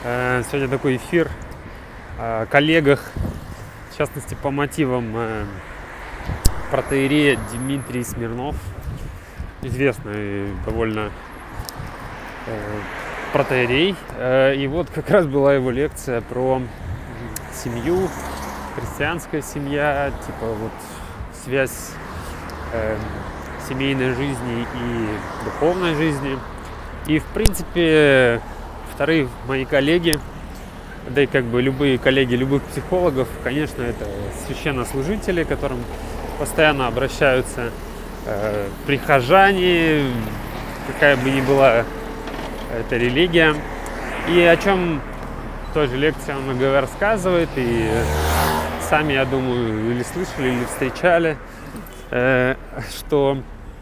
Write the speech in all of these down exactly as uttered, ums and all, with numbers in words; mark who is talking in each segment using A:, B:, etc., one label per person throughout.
A: Сегодня такой эфир о коллегах, в частности по мотивам протоиерея Дмитрий Смирнов, известный довольно протоиерей. И вот как раз была его лекция про семью, христианская семья, типа вот связь э, семейной жизни и духовной жизни. И в принципе вторые мои коллеги, да и как бы любые коллеги любых психологов, конечно, это священнослужители, к которым постоянно обращаются э, прихожане, какая бы ни была эта религия. И о чем тоже лекция много рассказывает, и сами, я думаю, или слышали, или встречали, э, что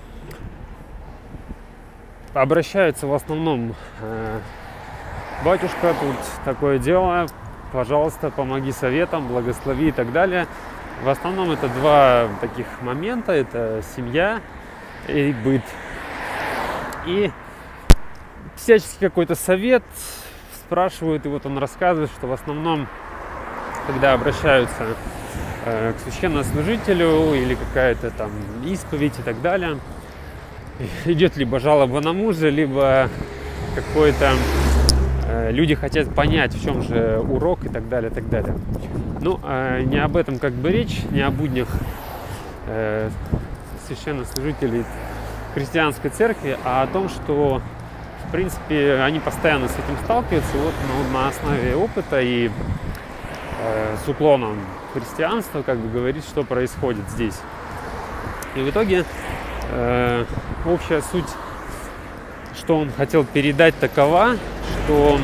A: обращаются в основном э, батюшка, тут такое дело, пожалуйста, помоги советам, благослови и так далее. В основном это два таких момента, это семья и быт. И всяческий какой-то совет спрашивают, и вот он рассказывает, что в основном, когда обращаются э, к священнослужителю или какая-то там исповедь и так далее, идет либо жалоба на мужа, либо какой-то э, люди хотят понять, в чем же урок и так далее, и так далее. Ну, э, не об этом как бы речь, не о буднях э, священнослужителей христианской церкви, а о том, что в принципе они постоянно с этим сталкиваются, вот на, на основе опыта и э, с уклоном христианства как бы говорит, что происходит здесь. И в итоге э, общая суть, что он хотел передать, такова, что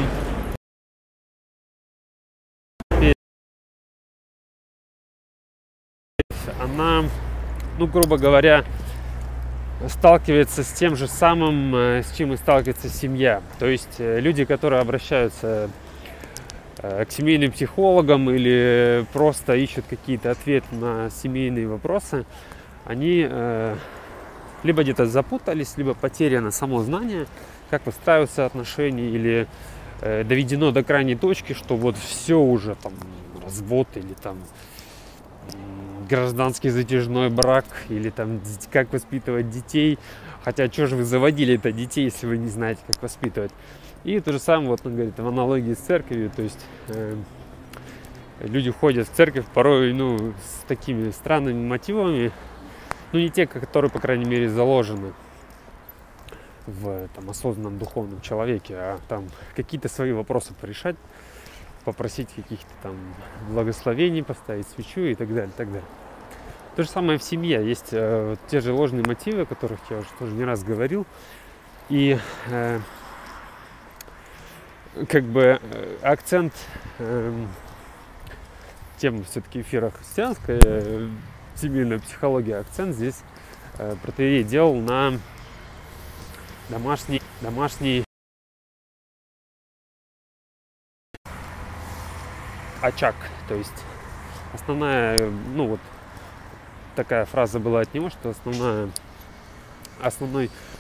A: она, ну, грубо говоря, сталкивается с тем же самым, с чем и сталкивается семья. То есть люди, которые обращаются к семейным психологам или просто ищут какие-то ответы на семейные вопросы, они э, либо где-то запутались, либо потеряно само знание, как выстраиваются отношения, или э, доведено до крайней точки, что вот все уже там развод или там гражданский затяжной брак, или там как воспитывать детей. Хотя что же вы заводили это детей, если вы не знаете, как воспитывать. И то же самое, вот он говорит, в аналогии с церковью, то есть э, люди ходят в церковь порой, ну, с такими странными мотивами, ну, не те, которые, по крайней мере, заложены в там, осознанном духовном человеке, а там какие-то свои вопросы порешать, попросить каких-то там благословений, поставить свечу и так далее, так далее. То же самое в семье. Есть э, те же ложные мотивы, о которых я уже тоже не раз говорил. И э, как бы э, акцент э, тема все-таки эфира христианская, э, семейная психология, акцент здесь э, протоиерей делал на домашний, домашний очаг. То есть основная, ну вот такая фраза была от него, что основная, основной